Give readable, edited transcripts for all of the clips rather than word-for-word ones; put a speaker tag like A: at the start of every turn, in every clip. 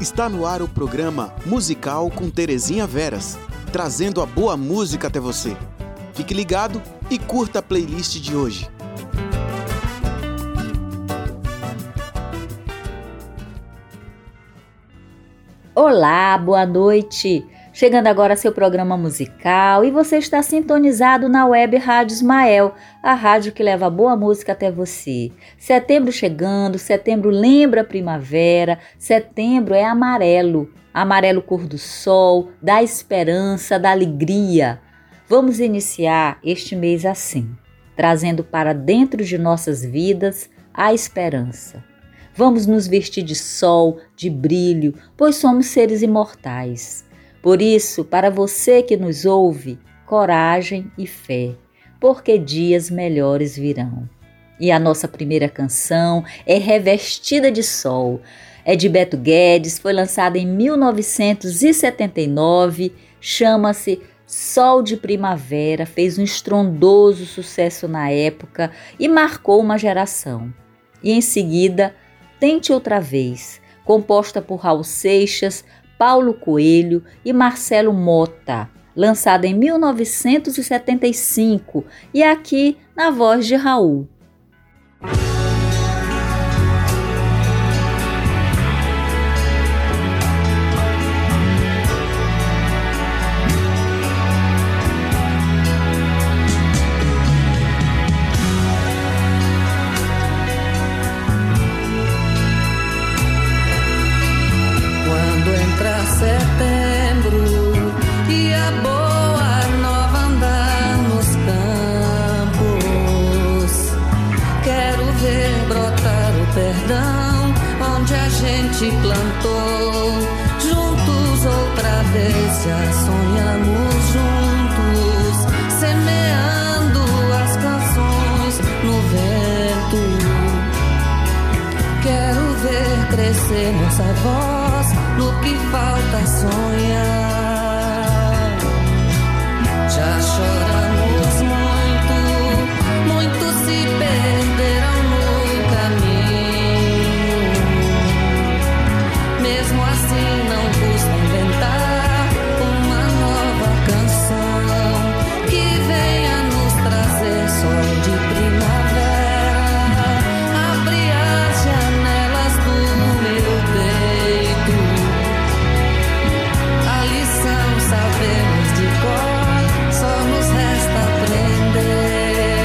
A: Está no ar o programa Musical com Terezinha Veras, trazendo a boa música até você. Fique ligado e curta a playlist de hoje.
B: Olá, boa noite! Chegando agora seu programa musical e você está sintonizado na web Rádio Ismael, a rádio que leva boa música até você. Setembro chegando, setembro lembra a primavera, setembro é amarelo, amarelo cor do sol, da esperança, da alegria. Vamos iniciar este mês assim, trazendo para dentro de nossas vidas a esperança. Vamos nos vestir de sol, de brilho, pois somos seres imortais. Por isso, para você que nos ouve, coragem e fé, porque dias melhores virão. E a nossa primeira canção é Revestida de Sol. É de Beto Guedes, foi lançada em 1979, chama-se Sol de Primavera, fez um estrondoso sucesso na época e marcou uma geração. E em seguida, Tente Outra Vez, composta por Raul Seixas, Paulo Coelho e Marcelo Mota, lançada em 1975 e aqui na voz de Raul.
C: Plantou juntos outra vez, já sonhamos juntos, semeando as canções no vento. Quero ver crescer nossa voz no que falta sonhar. Já choramos muito, muitos se perderam no caminho. Mesmo assim não custa inventar uma nova canção que venha nos trazer sol de primavera. Abre as janelas do meu peito. A lição sabemos de cor, só nos resta aprender.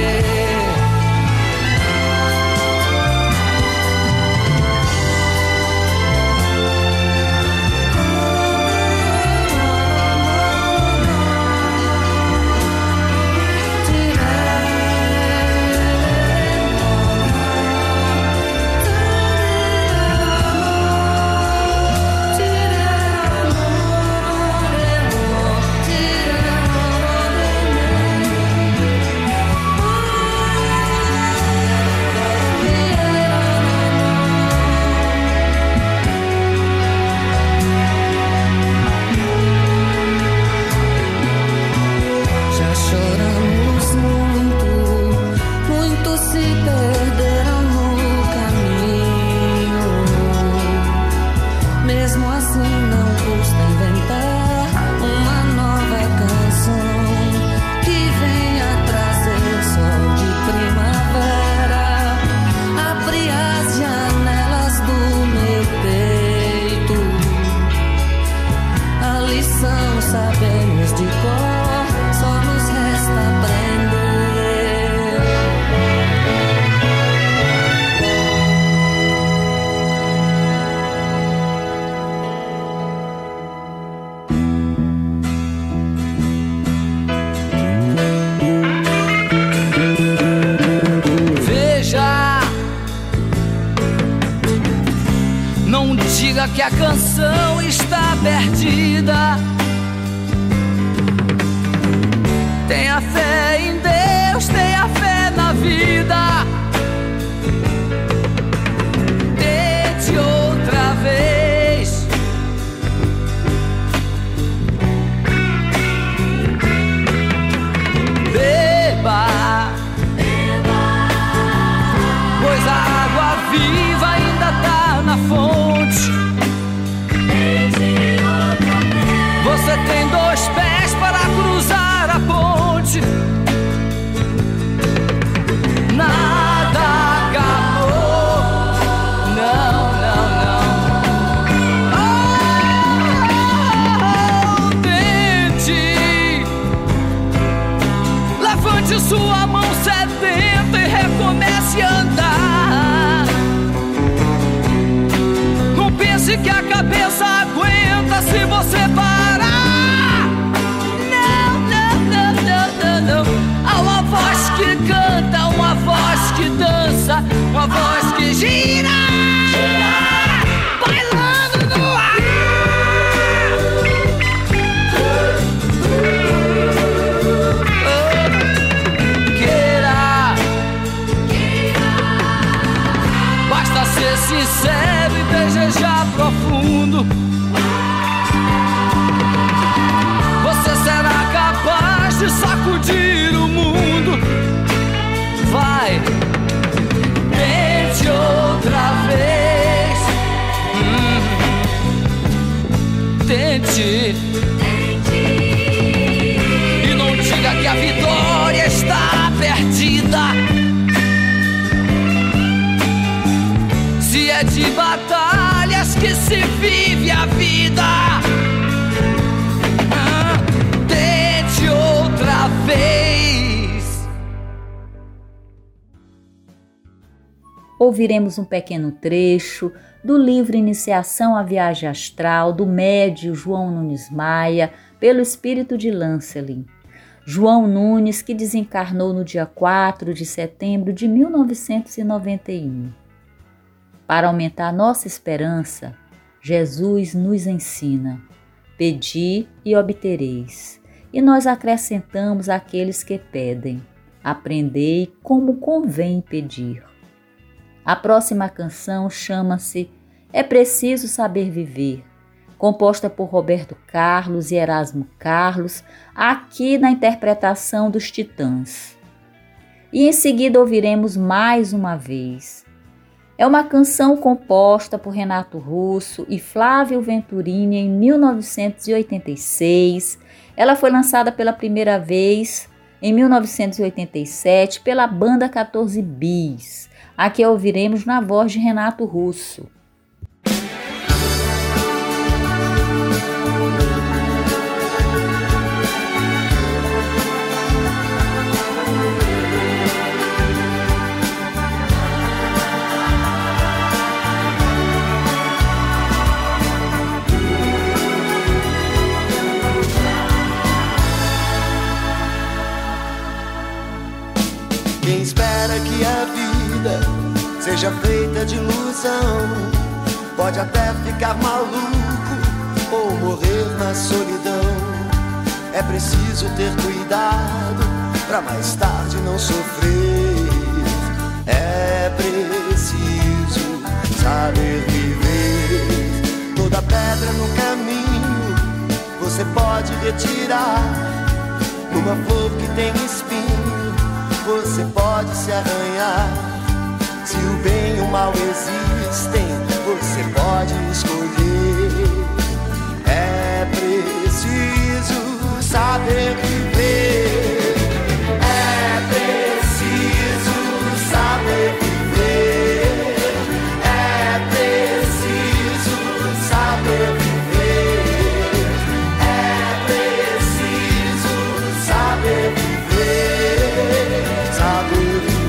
C: Sabemos de cor, só nos resta aprender.
D: Veja, não diga que a canção está perdida. Tenha fé em Deus, tenha fé na vida. Tente outra vez. Beba, pois a água viva ainda tá na fonte. destruir o mundo. Vai, tente outra vez. Tente. E não diga que a vitória está perdida. Se é de batalhas que se vive a vida. Tente outra vez.
B: Ouviremos um pequeno trecho do livro Iniciação à Viagem Astral, do médium João Nunes Maia, pelo espírito de Lancelin. João Nunes, que desencarnou no dia 4 de setembro de 1991. Para aumentar nossa esperança, Jesus nos ensina: pedi e obtereis. E nós acrescentamos àqueles que pedem: aprendei como convém pedir. A próxima canção chama-se É Preciso Saber Viver, composta por Roberto Carlos e Erasmo Carlos, aqui na interpretação dos Titãs. E em seguida ouviremos mais uma vez. É uma canção composta por Renato Russo e Flávio Venturini em 1986. Ela foi lançada pela primeira vez em 1987 pela banda 14 Bis. Aqui a ouviremos na voz de Renato Russo.
E: Quem espera que a vida seja feita de ilusão pode até ficar maluco ou morrer na solidão. É preciso ter cuidado pra mais tarde não sofrer. É preciso saber viver. Toda pedra no caminho você pode retirar. Numa flor que tem espinho você pode se arranhar. Se o bem e o mal existem, você pode escolher. É preciso saber viver. É preciso saber viver. É preciso saber viver. É preciso saber viver. Saber viver.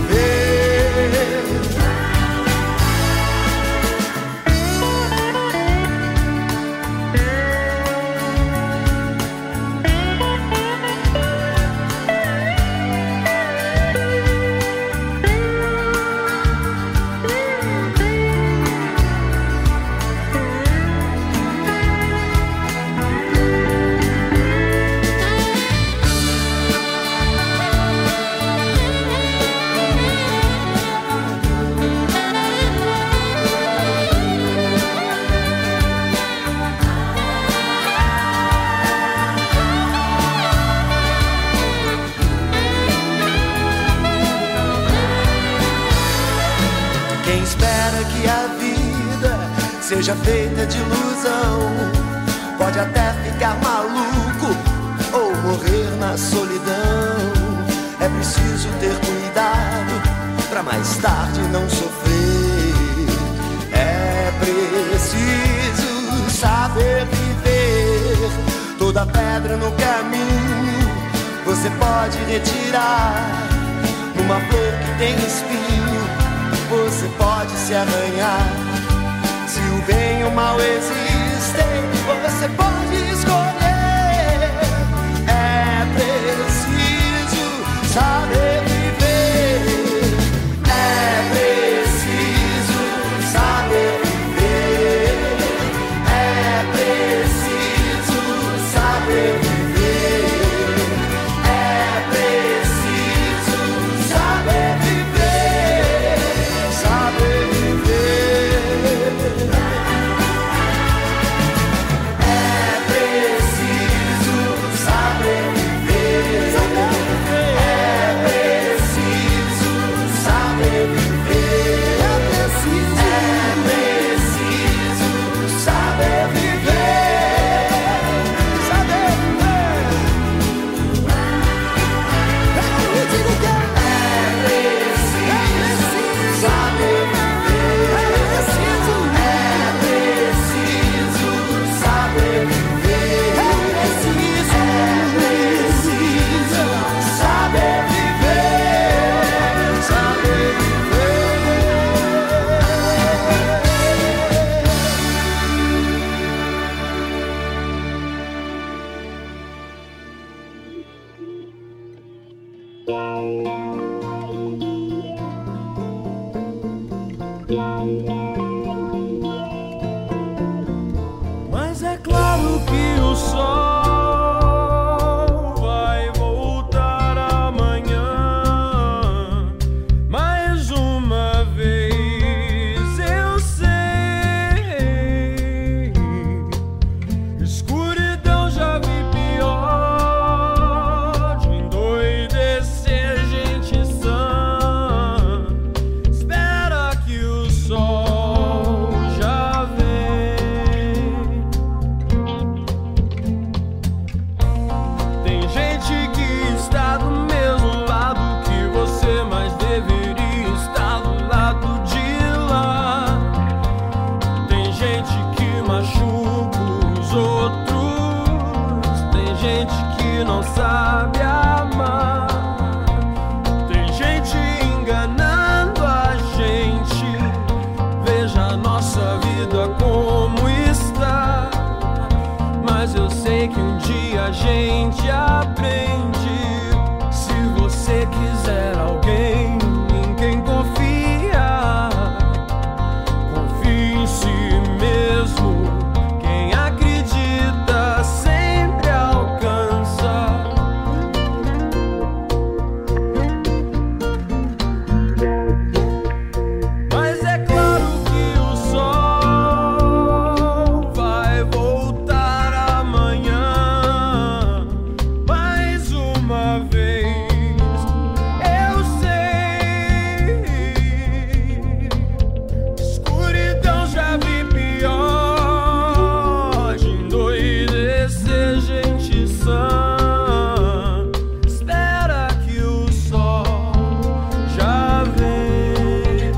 E: Quem espera que a vida seja feita de ilusão pode até ficar maluco ou morrer na solidão. É preciso ter cuidado pra mais tarde não sofrer. É preciso saber viver. Toda pedra no caminho você pode retirar. Numa flor que tem espinho você pode se arranhar. Se o bem e o mal existem, você pode escolher. É preciso saber viver. É preciso saber viver. É preciso saber viver. É preciso saber viver. Saber viver. É preciso saber viver. Mas é claro que o sol vai voltar amanhã. Mais uma vez eu sei, escuridão já vi pior, de endoidecer gente sã. Espera que o sol já vem. Tem gente que está do mesmo lado que você, mas deveria estar do lado de lá. Tem gente que machuca os outros, tem gente que não sabe amar, tem gente enganando a gente. Veja a nossa vida como está. Mas eu sei que um dia a gente aprende. Se você quiser alguém em quem confiar, confie em si mesmo. Quem acredita sempre alcança. Mas é claro que o sol vai voltar amanhã. Mais uma vez eu sei, escuridão já vi pior, de endoidecer gente sã. Espera que o sol já vem.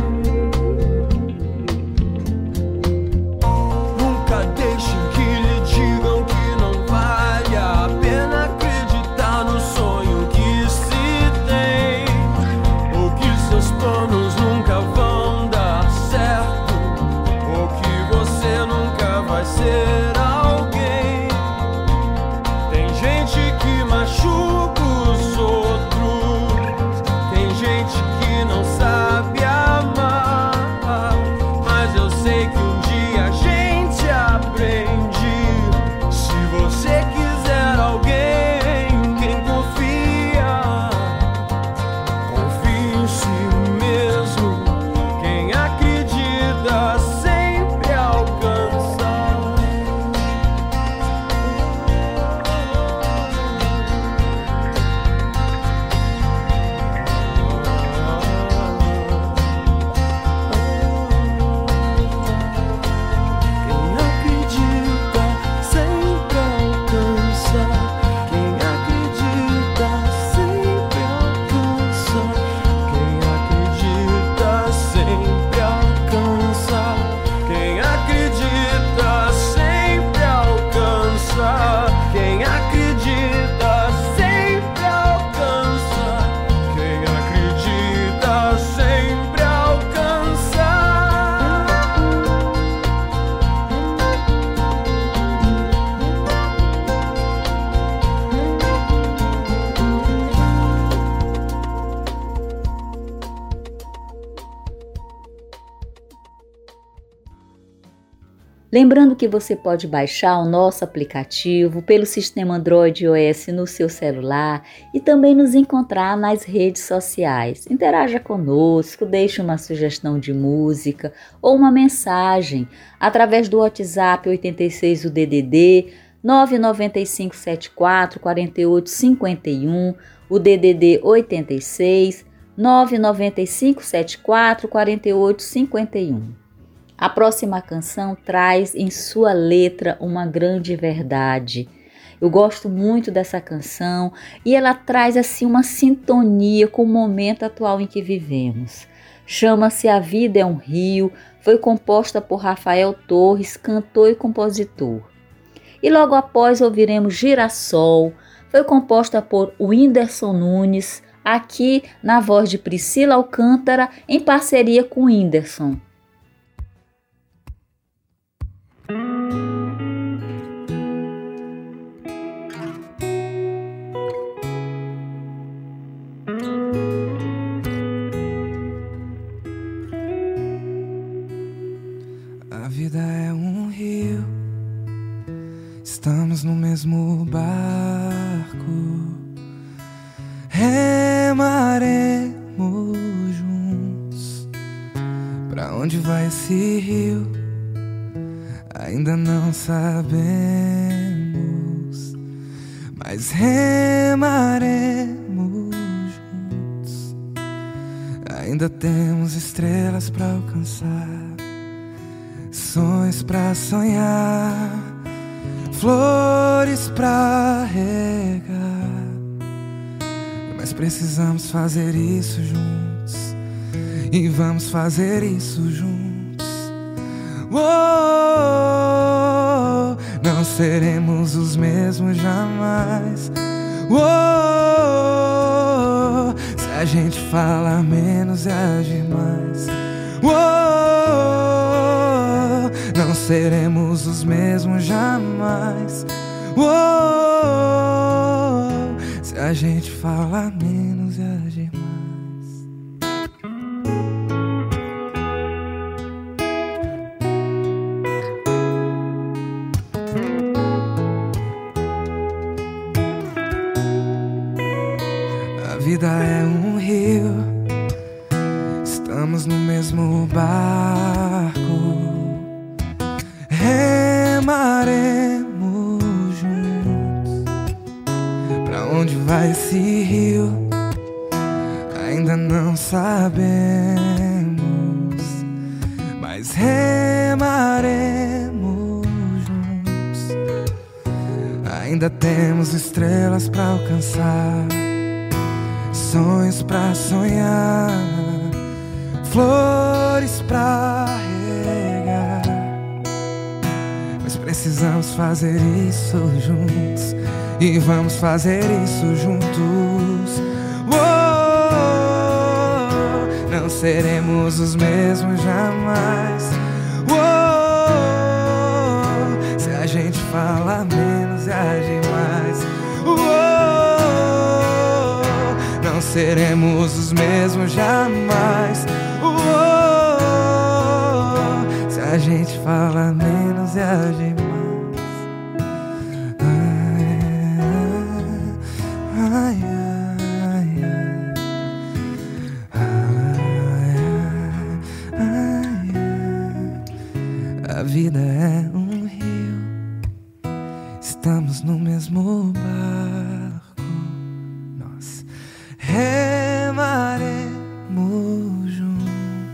E: Nunca deixe que lhe digam que não vale a pena acreditar no sonho que se tem, ou que seus planos nunca vão dar certo, ou que você nunca vai ser alguém. Tem gente que machuca os outros, tem gente que não sabe amar. Mas eu sei que um dia a gente aprende. Se você quiser alguém em quem confia, confie em si mesmo. Quem acredita sempre alcança. Quem acredita sempre alcança. Quem acredita sempre alcança. Quem acredita sempre alcança. Quem acredita sempre alcança. Quem acredita sempre alcança. Quem acredita sempre alcança.
B: Lembrando que você pode baixar o nosso aplicativo pelo sistema Android e iOS no seu celular e também nos encontrar nas redes sociais. Interaja conosco, deixe uma sugestão de música ou uma mensagem através do WhatsApp 86 do DDD 99574 4851, o DDD 86 99574 4851. A próxima canção traz em sua letra uma grande verdade. Eu gosto muito dessa canção e ela traz assim uma sintonia com o momento atual em que vivemos. Chama-se A Vida é um Rio, foi composta por Rafael Torres, cantor e compositor. E logo após ouviremos Girassol, foi composta por Whindersson Nunes, aqui na voz de Priscila Alcântara, em parceria com Whindersson.
F: vida é um rio, estamos no mesmo barco. Remaremos juntos. Pra onde vai esse rio? Ainda não sabemos, mas remaremos juntos. Ainda temos estrelas pra alcançar, sonhos pra sonhar, flores pra regar. Mas precisamos fazer isso juntos, e vamos fazer isso juntos. Oh, não seremos os mesmos jamais. Oh, se a gente fala menos e agir mais. Oh, não seremos os mesmos jamais. Oh, se a gente fala menos e agir mais. A vida é um rio, estamos no mesmo barco. Remaremos juntos. Pra onde vai esse rio? Ainda não sabemos, mas remaremos juntos. Ainda temos estrelas pra alcançar, sonhos pra sonhar, flores pra regar. Mas precisamos fazer isso juntos, e vamos fazer isso juntos. Oh, não seremos os mesmos jamais. Oh, se a gente fala menos e agir mais. Não seremos os mesmos jamais. Se a gente fala menos e agir mais. Ai, ai, ai, ai. A vida é um rio, estamos no mesmo barco. Nós remaremos juntos.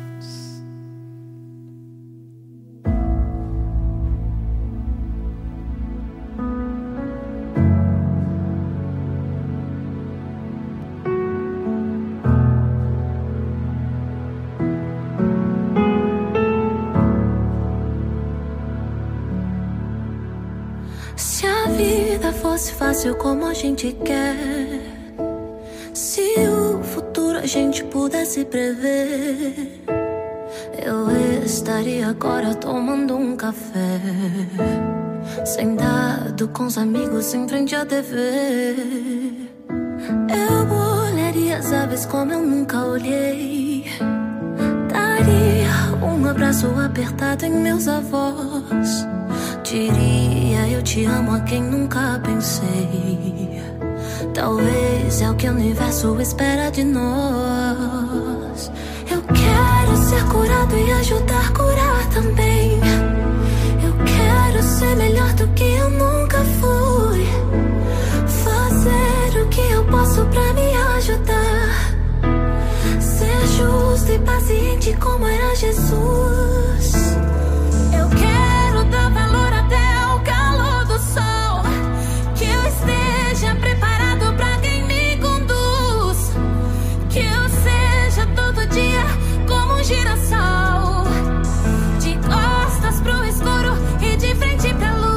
G: Se a vida fosse fácil como a gente quer, se o futuro a gente pudesse prever, eu estaria agora tomando um café, sentado com os amigos em frente à TV. Eu olharia as aves como eu nunca olhei, daria um abraço apertado em meus avós, diria eu te amo a quem nunca pensei. Talvez é o que o universo espera de nós. Eu quero ser curado e ajudar a curar também. Eu quero ser melhor do que eu nunca fui, fazer o que eu posso pra me ajudar, ser justo e paciente como era Jesus. Eu quero dar valor até o calor do sol, que eu esteja preparado pra quem me conduz, que eu seja todo dia como um girassol, de costas pro escuro e de frente pra luz.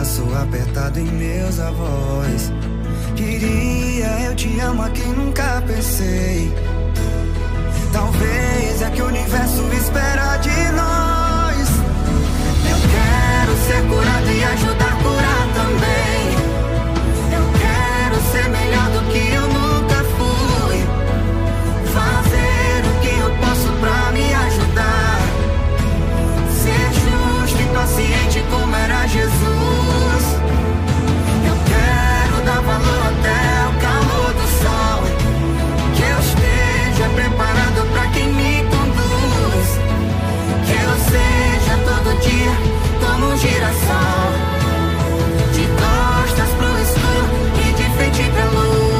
F: abraço apertado em meus avós. Queria eu te amo a quem nunca pensei. Talvez é que o universo espera de nós. Eu quero ser curado e ajudar a curar também. Eu quero ser melhor do que eu nunca fui. Fazer o que eu posso pra me ajudar. Ser justo e paciente como era Jesus. Eu quero dar valor até o calor do sol. Que eu esteja preparado pra quem me conduz. Que eu seja todo dia como um girassol, de costas pro escuro e de frente pra luz.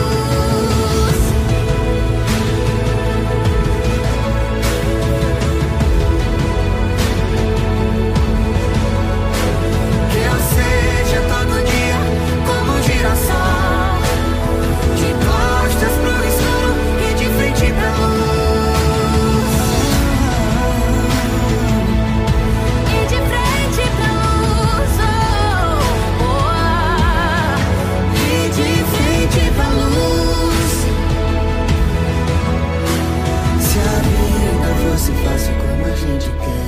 F: Que eu seja todo dia como um girassol, de costas pro escuro e de frente pra luz.
G: E de frente pra luz, oh, oh, ah.
F: E de frente pra luz. Se a vida fosse fácil como a gente quer.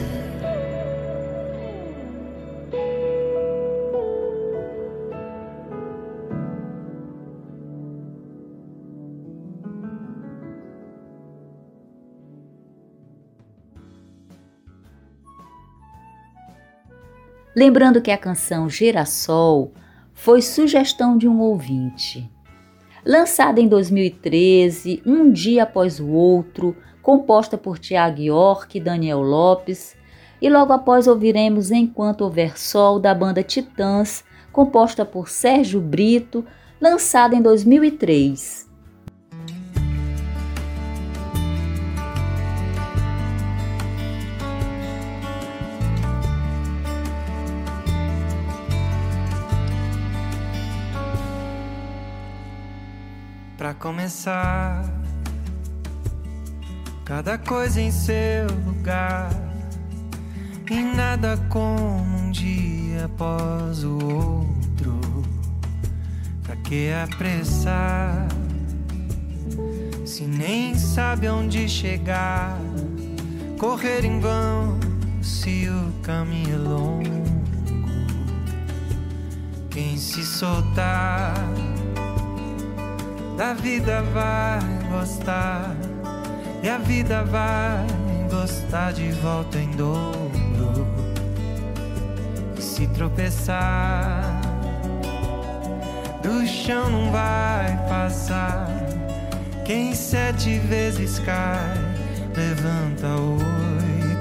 B: Lembrando que a canção Girassol foi sugestão de um ouvinte. Lançada em 2013, um dia após o outro, composta por Thiago York e Daniel Lopes, e logo após ouviremos Enquanto Houver Sol, da banda Titãs, composta por Sérgio Brito, lançada em 2003.
F: Pra começar, cada coisa em seu lugar, e nada como um dia após o outro. Pra que apressar, se nem sabe onde chegar? Correr em vão, se o caminho é longo. Quem se soltar da vida vai gostar, e a vida vai gostar de volta em dobro. E se tropeçar, do chão não vai passar. Quem 7 vezes cai, levanta 8.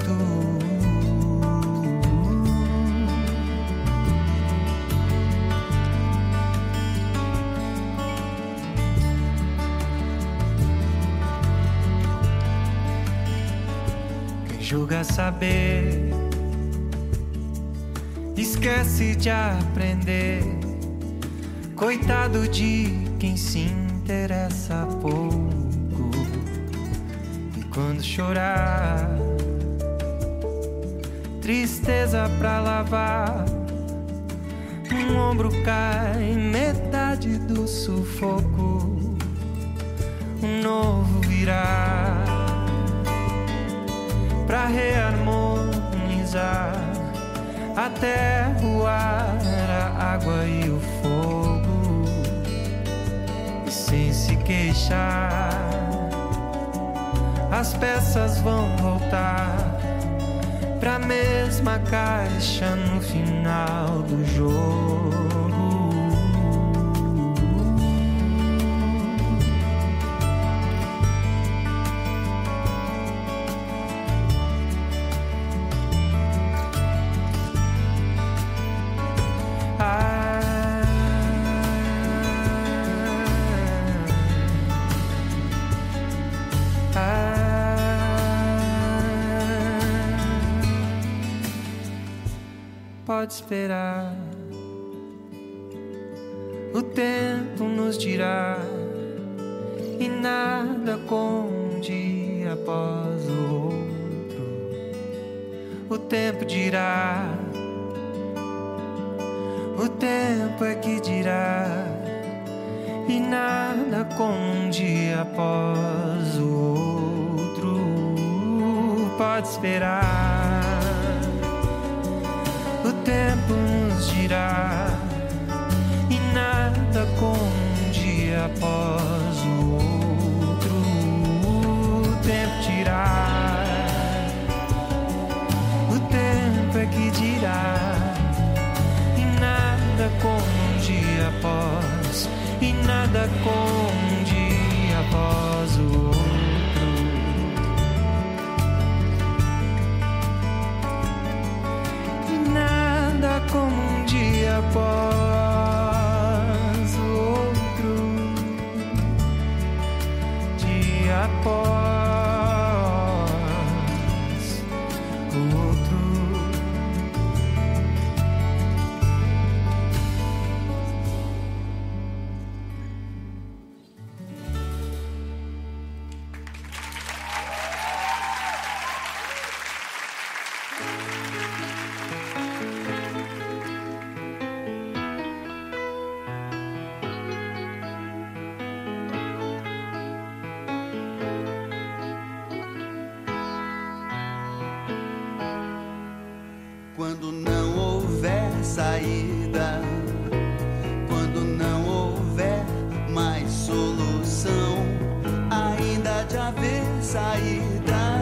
F: Julga saber, esquece de aprender. Coitado de quem se interessa pouco. E quando chorar, tristeza pra lavar, um ombro cai, metade do sufoco, um novo virá pra reharmonizar a terra, o ar, a água e o fogo. E sem se queixar, as peças vão voltar pra mesma caixa no final do jogo. Pode esperar, o tempo nos dirá, e nada como um dia após o outro. O tempo dirá,
E: O tempo é que dirá, e nada como um dia após o outro pode esperar. O tempo nos dirá, e nada como um dia após o outro o tempo dirá. O tempo é que dirá, e nada como um dia após, e nada como um dia após o outro. E nada como um dia após o outro. Dia após o outro.
F: Quando não houver saída, quando não houver mais solução, ainda de haver saída,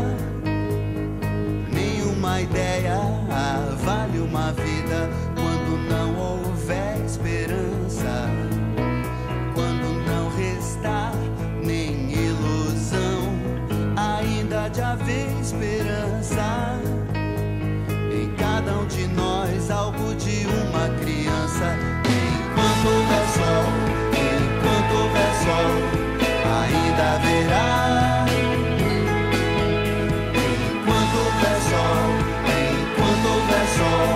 F: nenhuma ideia vale uma vida. Quando não houver esperança, quando não restar nem ilusão, ainda de haver esperança. Em cada um de nós, algo de uma criança. Enquanto houver sol, enquanto houver sol, ainda haverá. Enquanto houver sol, enquanto houver sol.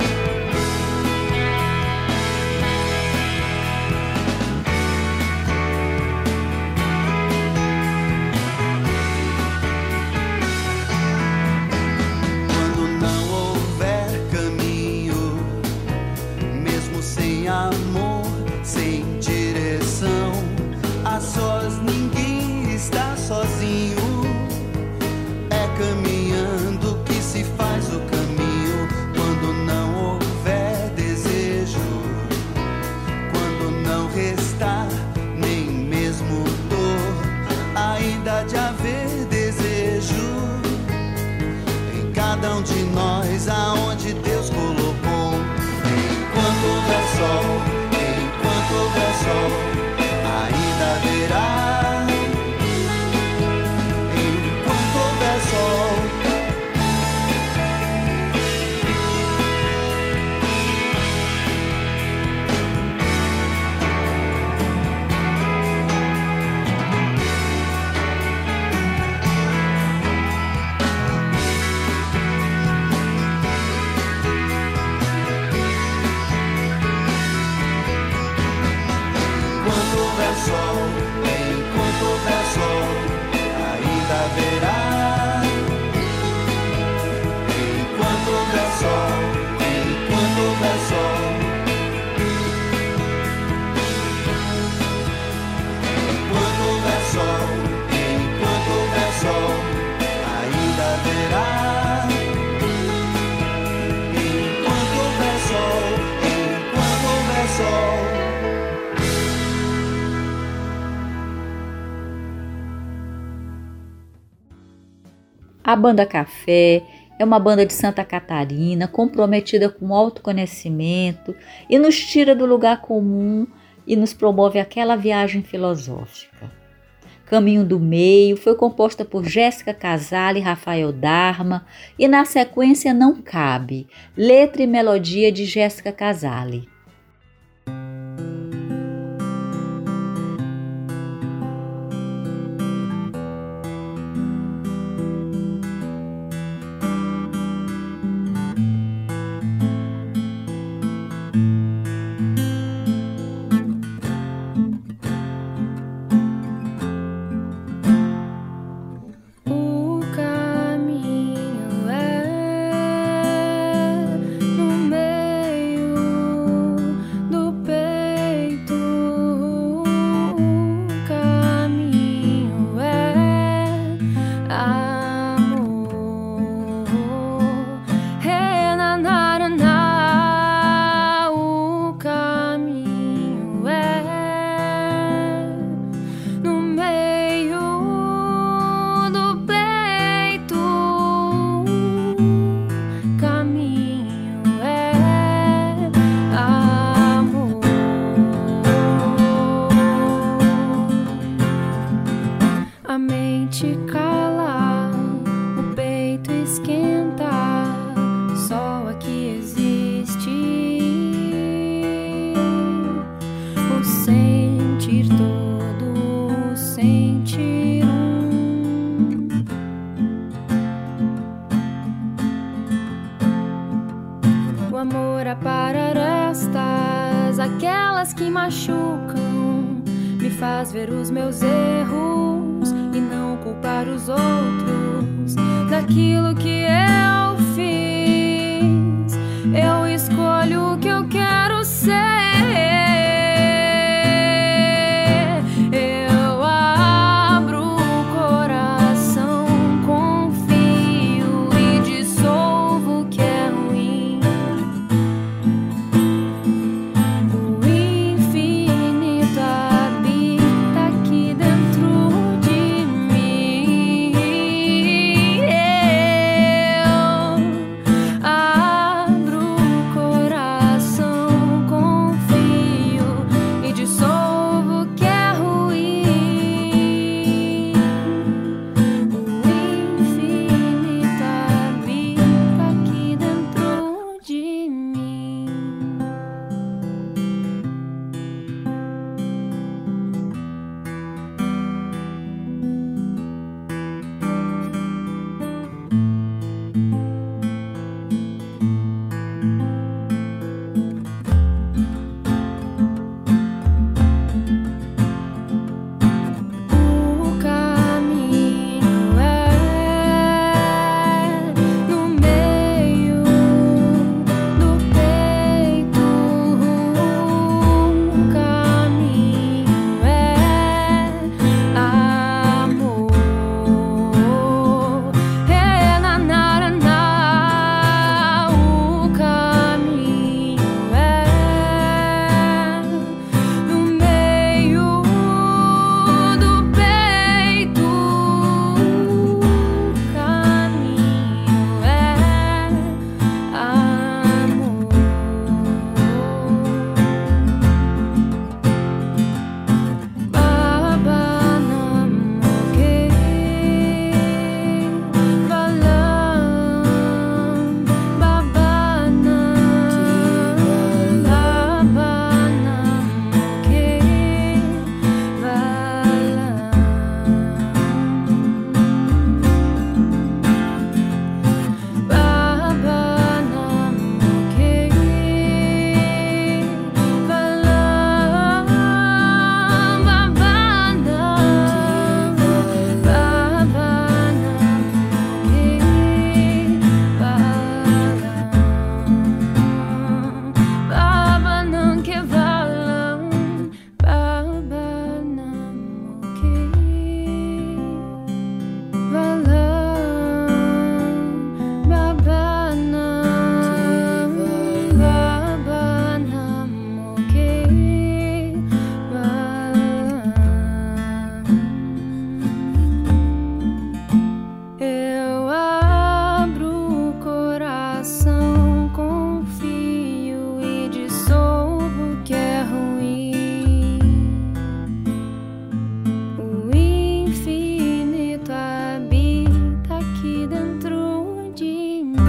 F: Sem amor, sem direção, a sós ninguém está sozinho. É caminhando que se faz o caminho. Quando não houver desejo, quando não restar nem mesmo dor, ainda de haver desejo. Em cada um de nós, aonde Deus colocou. Enquanto houver sol, enquanto houver sol, ainda haverá. Enquanto houver sol. Enquanto houver sol, enquanto houver sol, ainda haverá. Enquanto houver sol, enquanto houver sol. Enquanto houver sol, enquanto houver sol, ainda haverá. Enquanto houver sol, enquanto houver sol.
B: A Banda Café é uma banda de Santa Catarina comprometida com o autoconhecimento e nos tira do lugar comum e nos promove aquela viagem filosófica. Caminho do Meio foi composta por Jéssica Casale e Rafael Dharma e na sequência Não Cabe, letra e melodia de Jéssica Casale.
G: No meio
H: ora parar estas, aquelas que machucam, me faz ver os meus erros e não culpar os outros daquilo que eu fiz. Eu escolho o que eu quero ser. Eu abro o coração, confio e dissolvo o que é ruim. O infinito habita aqui dentro de mim. Eu abro o coração, confio e dissolvo o que é ruim. O infinito habita aqui dentro de mim. O caminho é no meio do peito. O caminho é amor. É na na na na. O caminho é no meio do peito. O caminho é amor. Baba namoke balam, baba namoke Eu abro o coração, confio e dissolvo o que é ruim. O infinito habita aqui dentro de mim.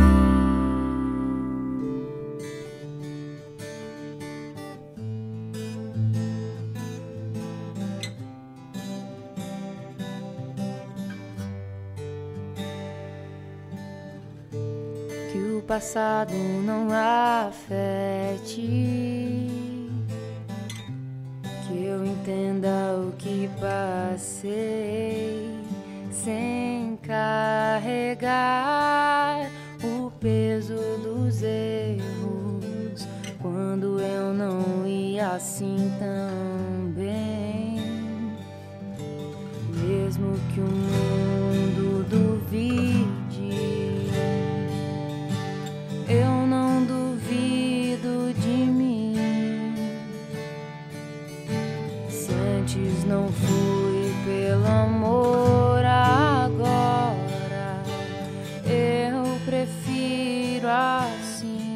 H: Que o passado não afete, que eu entenda o que passei, sem carregar o peso dos erros, quando eu não ia assim tão bem. Mesmo que o mundo duvide, eu não duvido de mim. Se antes não fui pelo amor, agora eu prefiro assim.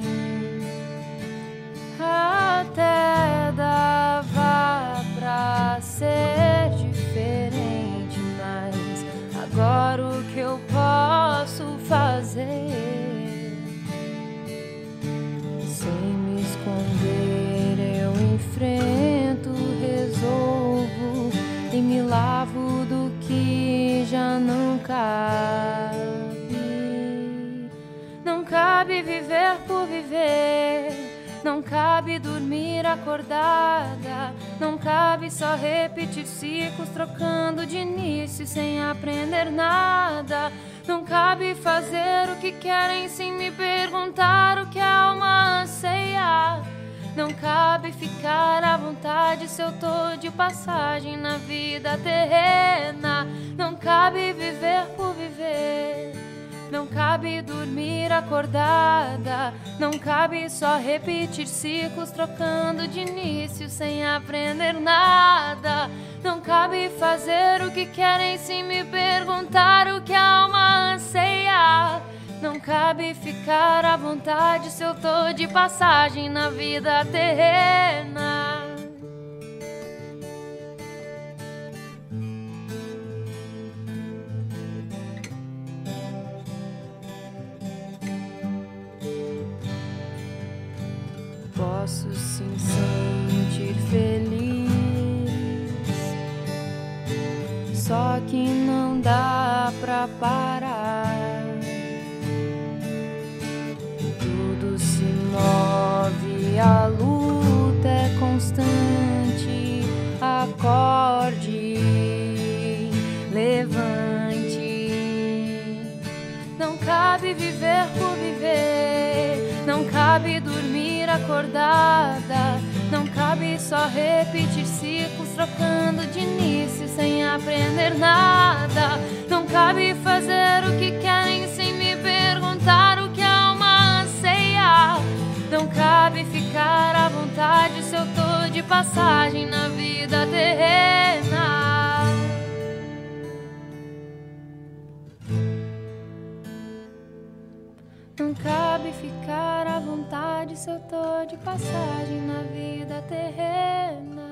H: Até dava pra ser diferente, mas agora o que eu posso fazer? Sem me esconder, eu enfrento, resolvo e me lavo do que já não cabe. Não cabe. cabe viver por viver, não cabe dormir acordada, não cabe só repetir ciclos trocando de início sem aprender nada. Não cabe fazer o que querem sem me perguntar o que a alma anseia. Não cabe ficar à vontade se eu tô de passagem na vida terrena. Não cabe viver por viver, não cabe dormir acordada, não cabe só repetir ciclos trocando de início sem aprender nada. Não cabe fazer o que querem sem me perguntar o que a alma anseia. Não cabe ficar à vontade se eu tô de passagem na vida terrena. Posso sim sentir feliz, só que não dá pra parar. Tudo se move, a luta é constante. Acorde, levante. Não cabe viver por viver, não cabe dormir acordada, não cabe só repetir ciclos trocando de início sem aprender nada. Não cabe fazer o que querem sem me perguntar o que a alma anseia. Não cabe ficar à vontade se eu tô de passagem na vida terrena. Não cabe ficar à vontade se eu tô de passagem na vida terrena.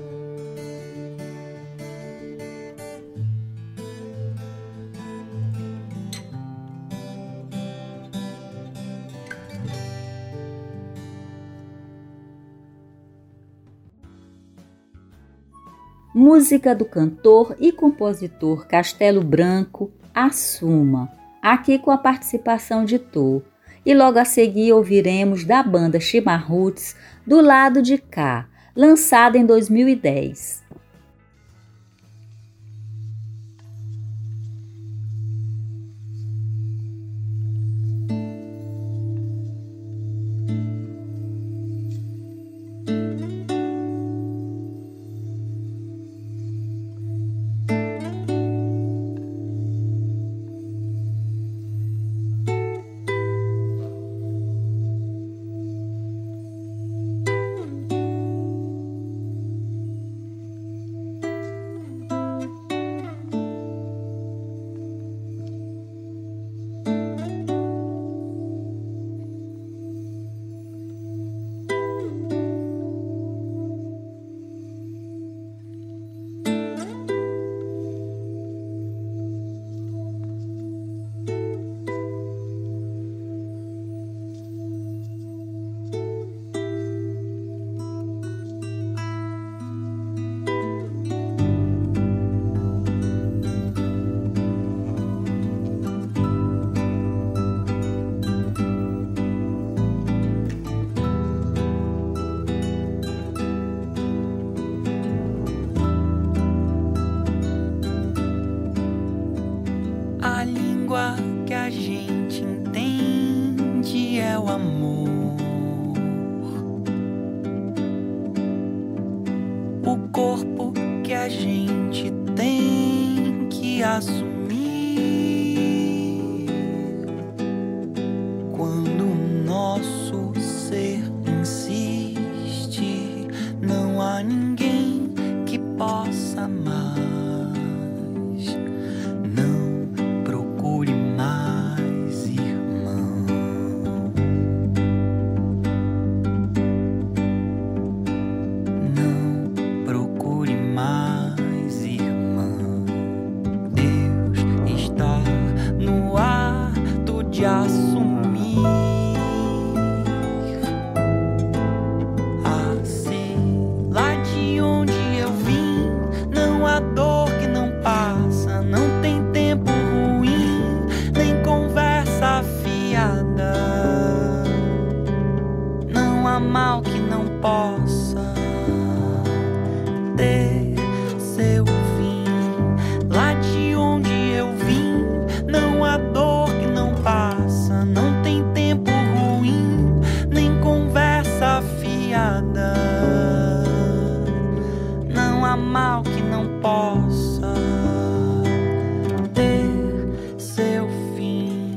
B: Música do cantor e compositor Castelo Branco, Assuma, aqui com a participação de Tô. E logo a seguir ouviremos da banda Chimarruts, Do Lado de Cá, lançada em 2010.
F: Que a gente entende é o amor. O corpo que a gente tem que assumir. Quando o nosso ser insiste, não há ninguém que possa amar. Não tem tempo ruim, nem conversa fiada.
C: mal que não possa ter seu fim. Lá de onde eu vim, não há dor que não passa, não tem tempo ruim, nem conversa fiada. Não há mal que não possa ter seu fim.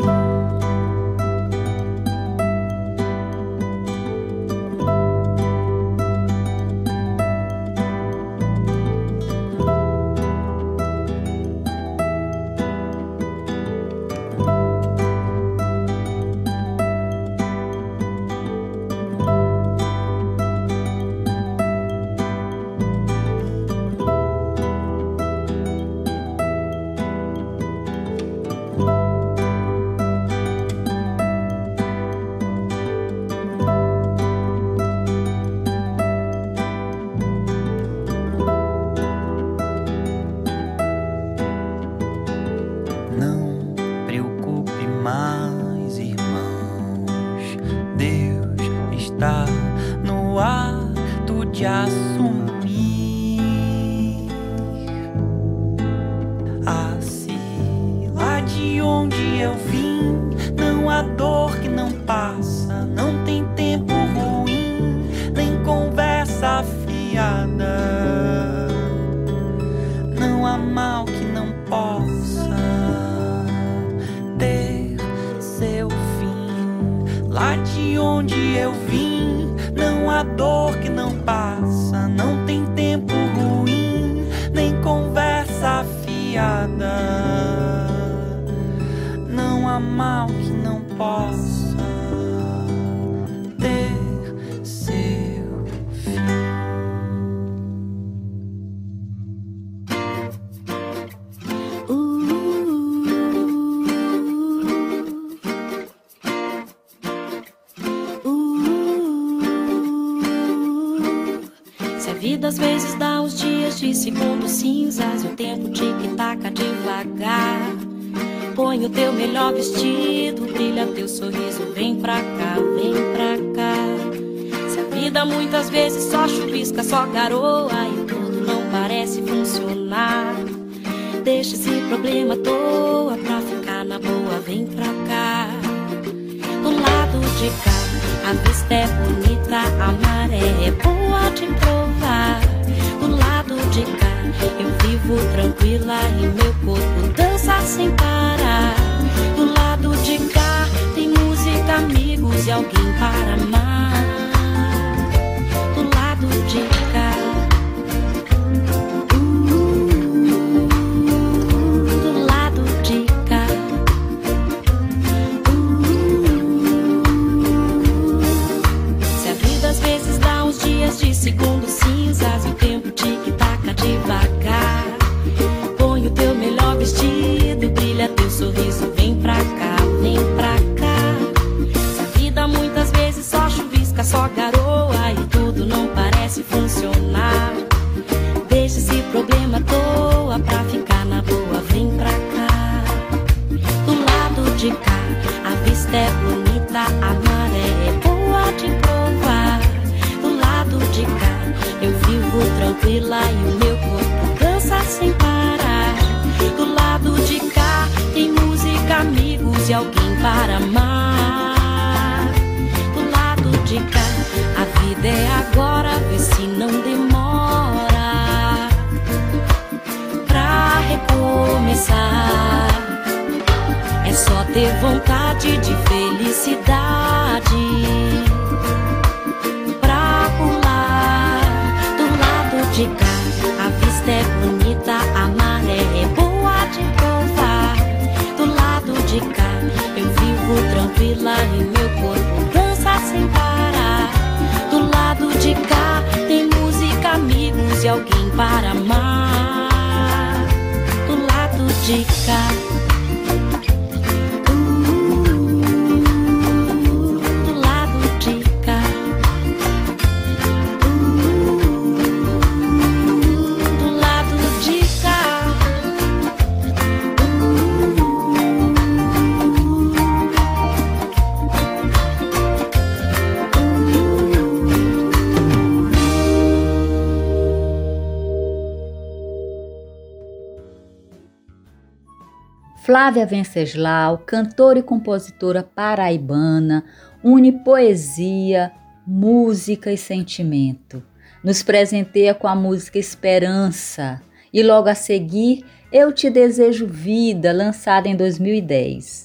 G: Às vezes dá uns dias de segundos cinzas e o tempo tic-taca devagar. Põe o teu melhor vestido, brilha teu sorriso, vem pra cá, vem pra cá. Se a vida muitas vezes só chuvisca, só garoa e tudo não parece funcionar, deixa esse problema à toa pra ficar na boa, vem pra cá. Do lado de cá a vista é bonita, a maré é boa de provar. Do lado de cá eu vivo tranquila e meu corpo dança sem parar. Do lado de cá tem música, amigos e alguém para amar. Do lado de cá do lado de cá se a vida às vezes dá uns dias de segundos cinzas e o tempo tic-taca devagar, põe o teu melhor vestido, brilha teu sorriso, vem pra cá, vem pra cá. Se a vida muitas vezes só chuvisca, só garoa e tudo não parece funcionar, deixa esse problema à toa pra ficar na boa, vem pra cá. Do lado de cá a vista é bonita, a maré é boa de provar. Do lado de cá eu vivo tranquila e o meu corpo dança sem parar. Do lado de cá tem música, amigos e alguém para amar. Do lado de cá a vida é agora, vê se não demora pra recomeçar. É só ter vontade de felicidade pra pular. Do lado de cá a vista é bonita, a maré é boa de provar. Do lado de cá eu vivo tranquila e meu corpo dança sem parar. Do lado de cá tem música, amigos e alguém para amar. Do lado de cá
B: Flávia Venceslau, cantora e compositora paraibana, une poesia, música e sentimento. Nos presenteia com a música Esperança e logo a seguir Eu Te Desejo Vida, lançada em 2010.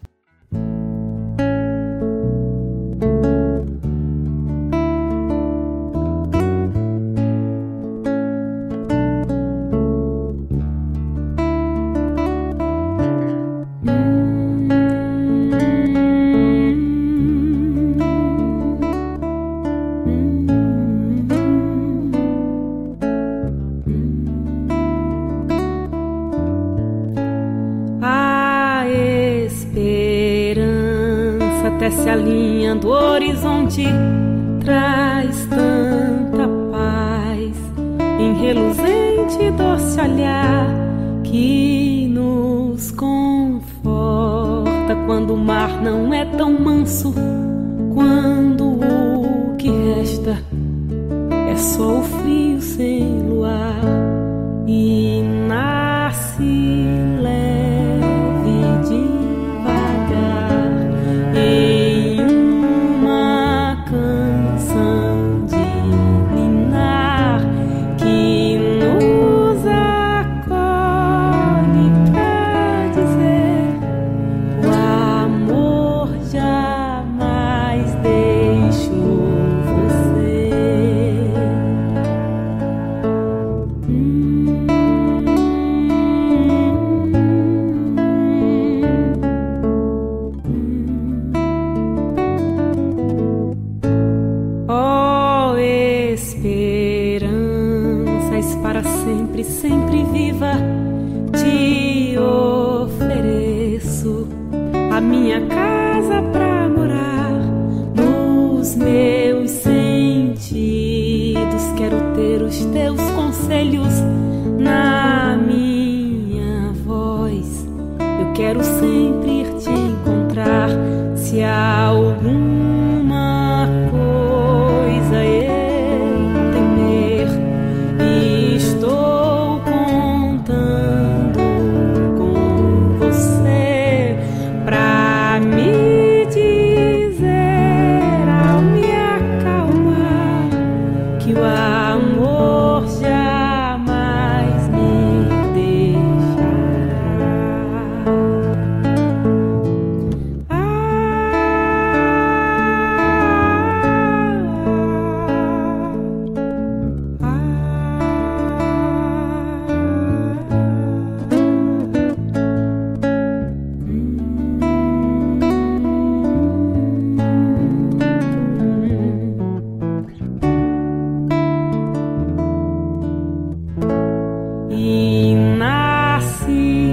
I: Se alinha do horizonte, traz tanta paz em reluzente doce olhar que nos conforta quando o mar não é tão manso, quando o que resta é só o frio sem luar e nasce leve devagar em uma canção de ninar que nos acolhe pra dizer o amor jamais deixou você. Oh, esperanças para sempre, sempre viva, te ofereço a minha casa pra morar. Nos meus sentidos quero ter os teus conselhos na minha voz. Eu quero sempre ir te encontrar. Se há alguma coisa eu temer, estou contando com você pra me dizer ao me acalmar que o amor jamais me deixará. E nasce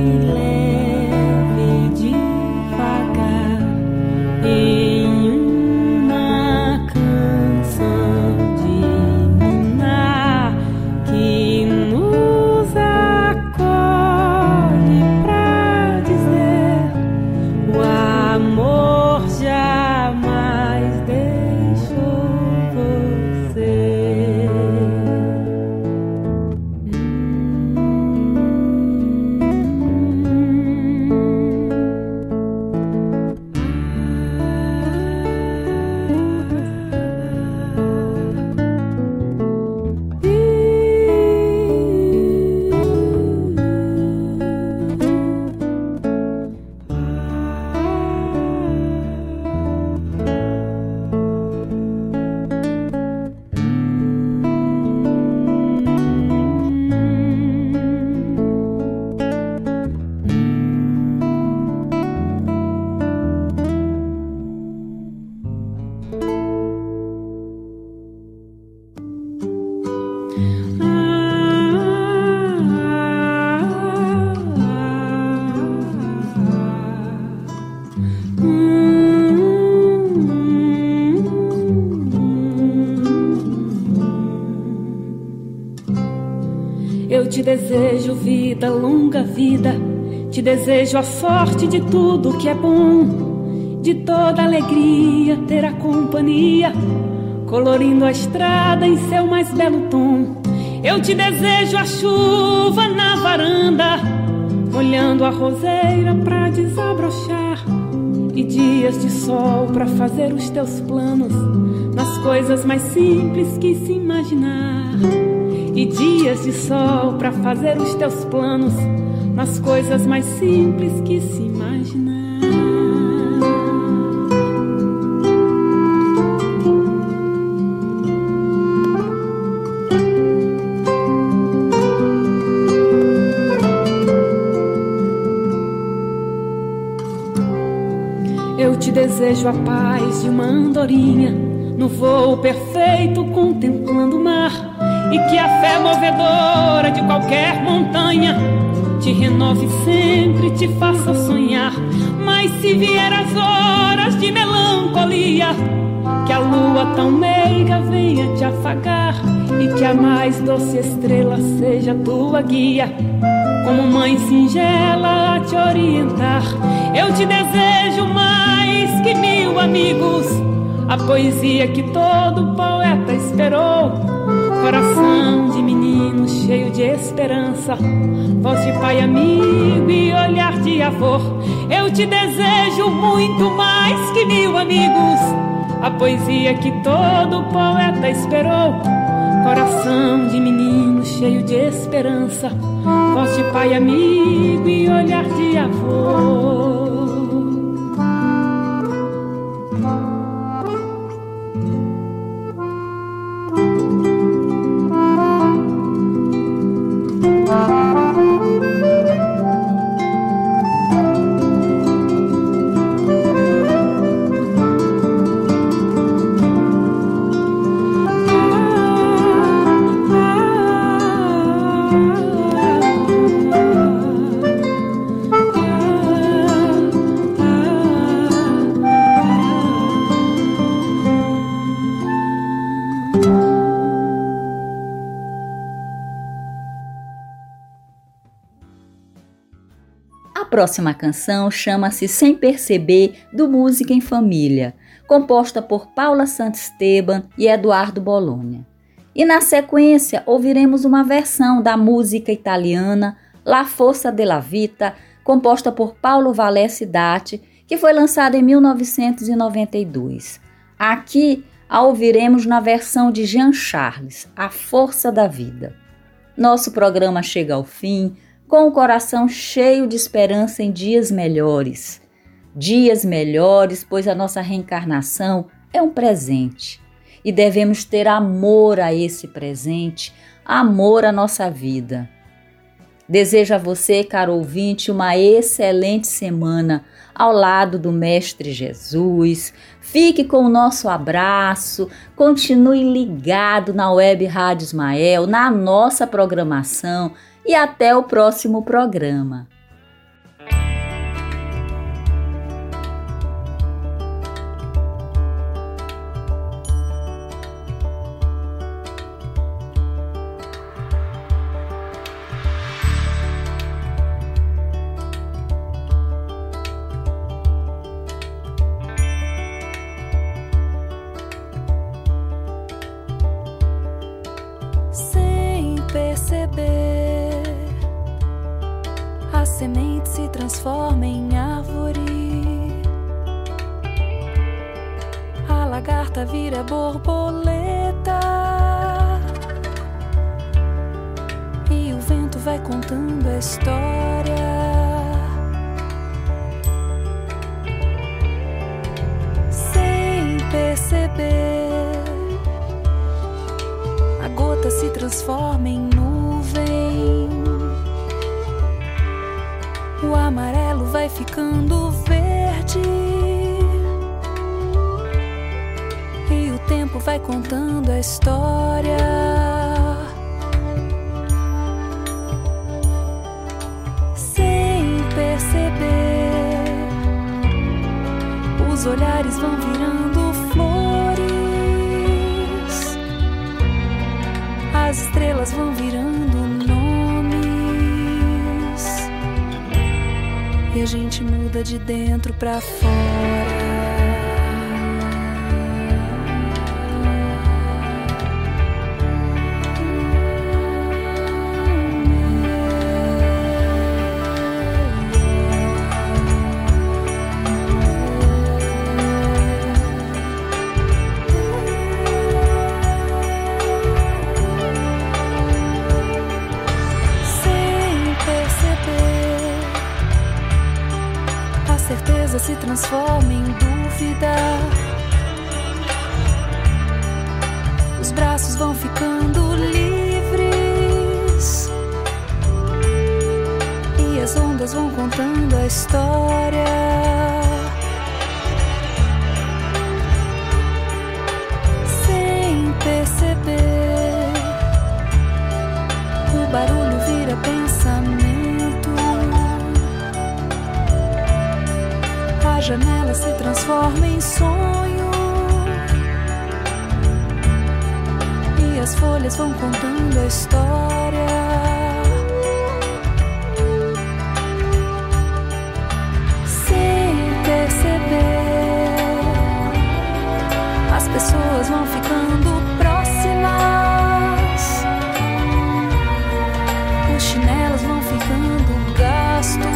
I: leve devagar em uma canção de ninar que nos acolhe pra dizer o amor jamais deixou você. Eu te desejo vida, longa vida. Te desejo a sorte de tudo que é bom, de toda alegria ter a companhia, colorindo a estrada em seu mais belo tom. Eu te desejo a chuva na varanda, olhando a roseira pra desabrochar, e dias de sol pra fazer os teus planos nas coisas mais simples que se imaginar, e dias de sol pra fazer os teus planos nas coisas mais simples que se imaginar. Eu te desejo a paz de uma andorinha no voo perfeito contemplando o mar, e que a fé movedora de qualquer montanha te renove sempre, te faça sonhar. Mas se vier as horas de melancolia, que a lua tão meiga venha te afagar, e que a mais doce estrela seja tua guia, como mãe singela a te orientar. Eu te desejo mais que 1000 amigos, a poesia que todo poeta esperou, coração de menino cheio de esperança, voz de pai amigo e olhar de avô. Eu te desejo muito mais que 1000 amigos, a poesia que todo poeta esperou, coração de menino cheio de esperança, voz de pai amigo e olhar de avô.
B: A próxima canção chama-se Sem Perceber, do Música em Família, composta por Paula Santisteban e Eduardo Bologna. E na sequência ouviremos uma versão da música italiana La Forza della Vita, composta por Paulo Valesi Dati, que foi lançada em 1992. Aqui a ouviremos na versão de Jean Charles, A Força da Vida. Nosso programa chega ao fim, com o coração cheio de esperança em dias melhores. Dias melhores, pois a nossa reencarnação é um presente. E devemos ter amor a esse presente, amor à nossa vida. Desejo a você, caro ouvinte, uma excelente semana ao lado do Mestre Jesus. Fique com o nosso abraço, continue ligado na Web Rádio Ismael, na nossa programação, e até o próximo programa.
H: Sem perceber, a semente se transforma em árvore, a lagarta vira borboleta, e o vento vai contando a história. Sem perceber, a gota se transforma em nuvem, o amarelo vai ficando verde, e o tempo vai contando a história. Sem perceber, os olhares vão virando flores, as estrelas vão virando nomes, e a gente muda de dentro pra fora. transforma em dúvida. Os braços vão ficando livres e as ondas vão contando a história. Sem perceber, o barulho vira pensamento. A janela se transforma em sonho e as folhas vão contando a história. Sem perceber, as pessoas vão ficando próximas, os chinelos vão ficando gastos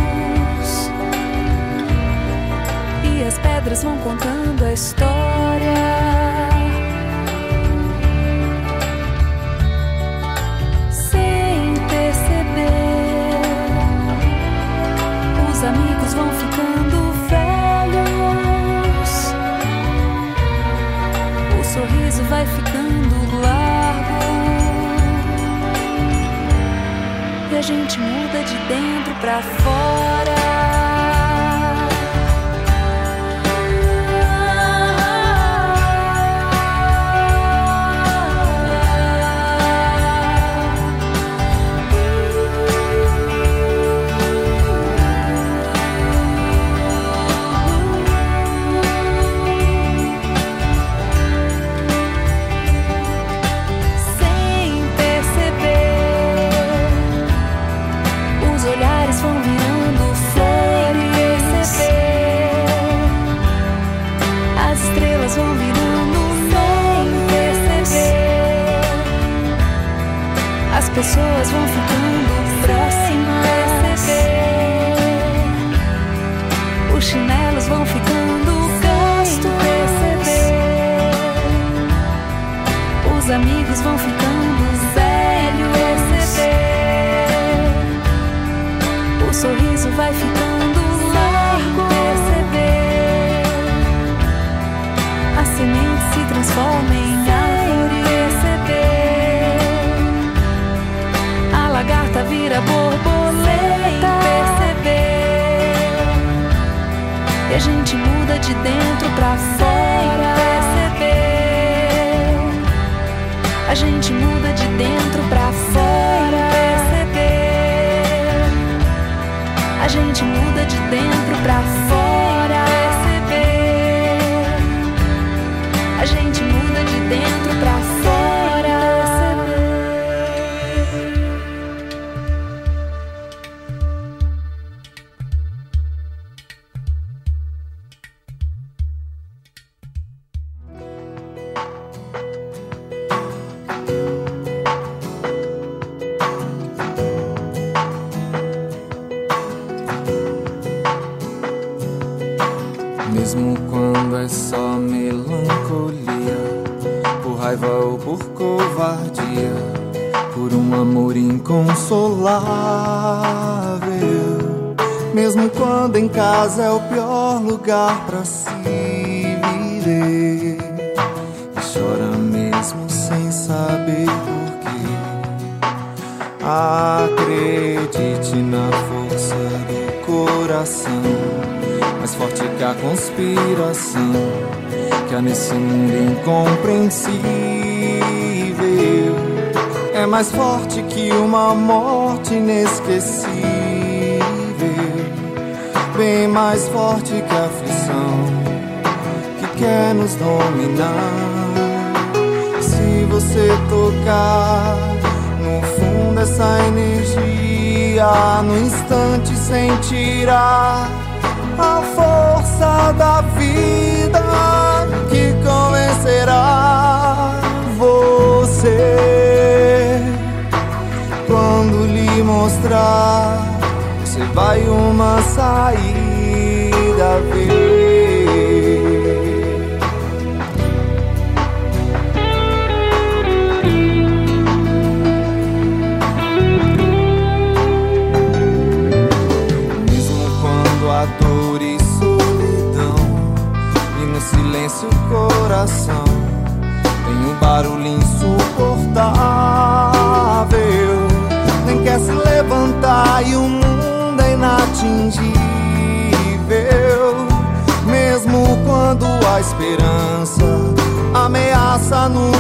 H: e as pedras vão contando a história. Sem perceber, os amigos vão ficando velhos, o sorriso vai ficando largo e a gente muda de dentro pra fora. As pessoas vão ficando próximas, os chinelos vão ficando gastos, os amigos vão ficando velhos, o sorriso vai ficando largo, a semente se transforma em árvore, a lagarta vira borboleta, e a gente muda de dentro pra fora, a gente muda de dentro pra fora, a gente muda de dentro pra fora, a gente muda de dentro pra fora.
J: Mesmo quando é só melancolia, por raiva ou por covardia, por um amor inconsolável. Mesmo quando em casa é o pior lugar pra se viver, e chora mesmo sem saber porquê. Acredite na força do coração, mais forte que a conspiração que há nesse mundo incompreensível. É mais forte que uma morte inesquecível, bem mais forte que a aflição que quer nos dominar. Se você tocar no fundo essa energia, no instante sentirá a força da vida que convencerá você. Quando lhe mostrar, você vai uma saída ver. Mesmo quando a dor e solidão silêncio o coração tem um barulho insuportável. Nem quer se levantar e o mundo é inatingível. Mesmo quando a esperança ameaça nos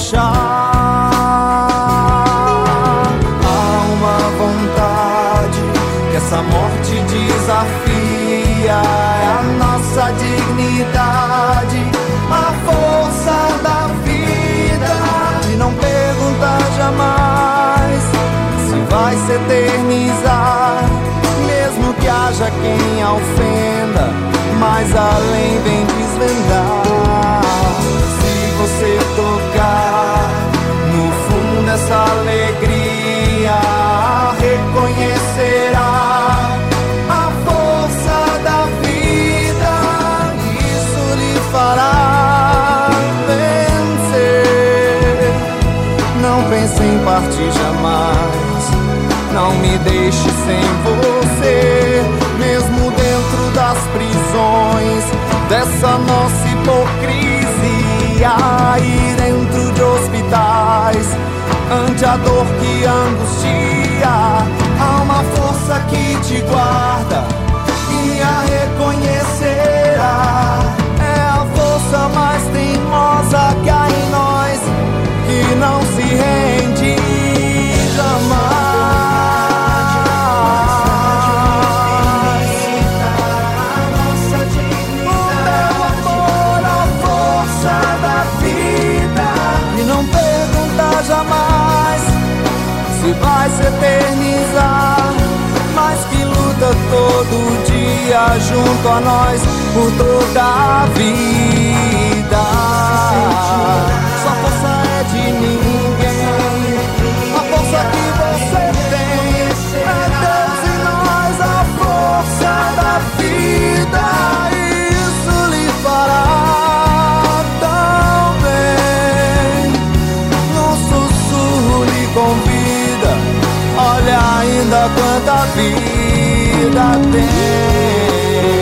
J: deixar, há uma vontade que essa morte desafia. É a nossa dignidade, a força da vida, de não perguntar jamais se vai se eternizar. Mesmo que haja quem a ofenda, mais além vem desvendar. Se você tocar no fundo essa alegria, reconhecerá a força da vida. Isso lhe fará vencer. Não pense em partir jamais, não me deixe sem você. Mesmo dentro das prisões dessa nossa hipocrisia, e dentro de hospitais, ante a dor que angustia, há uma força que te guarda e a reconhecerá. É a força mais teimosa que há em nós, que não se rende jamais. Jamais se vai se eternizar, mas que luta todo dia junto a nós por toda a vida. Sua força é de ninguém, a força que você tem é Deus em nós, a força da vida. Isso lhe fará convida, olha ainda quanta vida tem.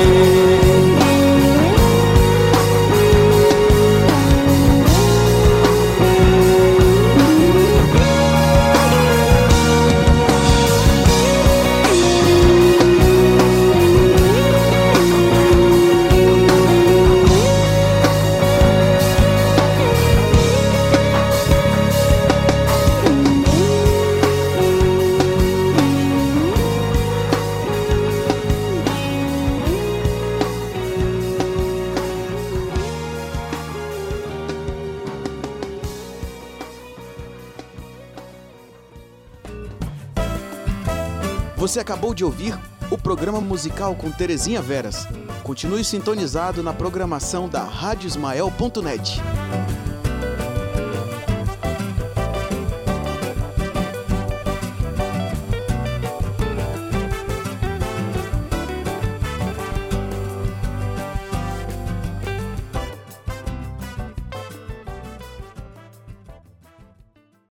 A: Você acabou de ouvir o programa musical com Terezinha Veras. Continue sintonizado na programação da radiosmael.net.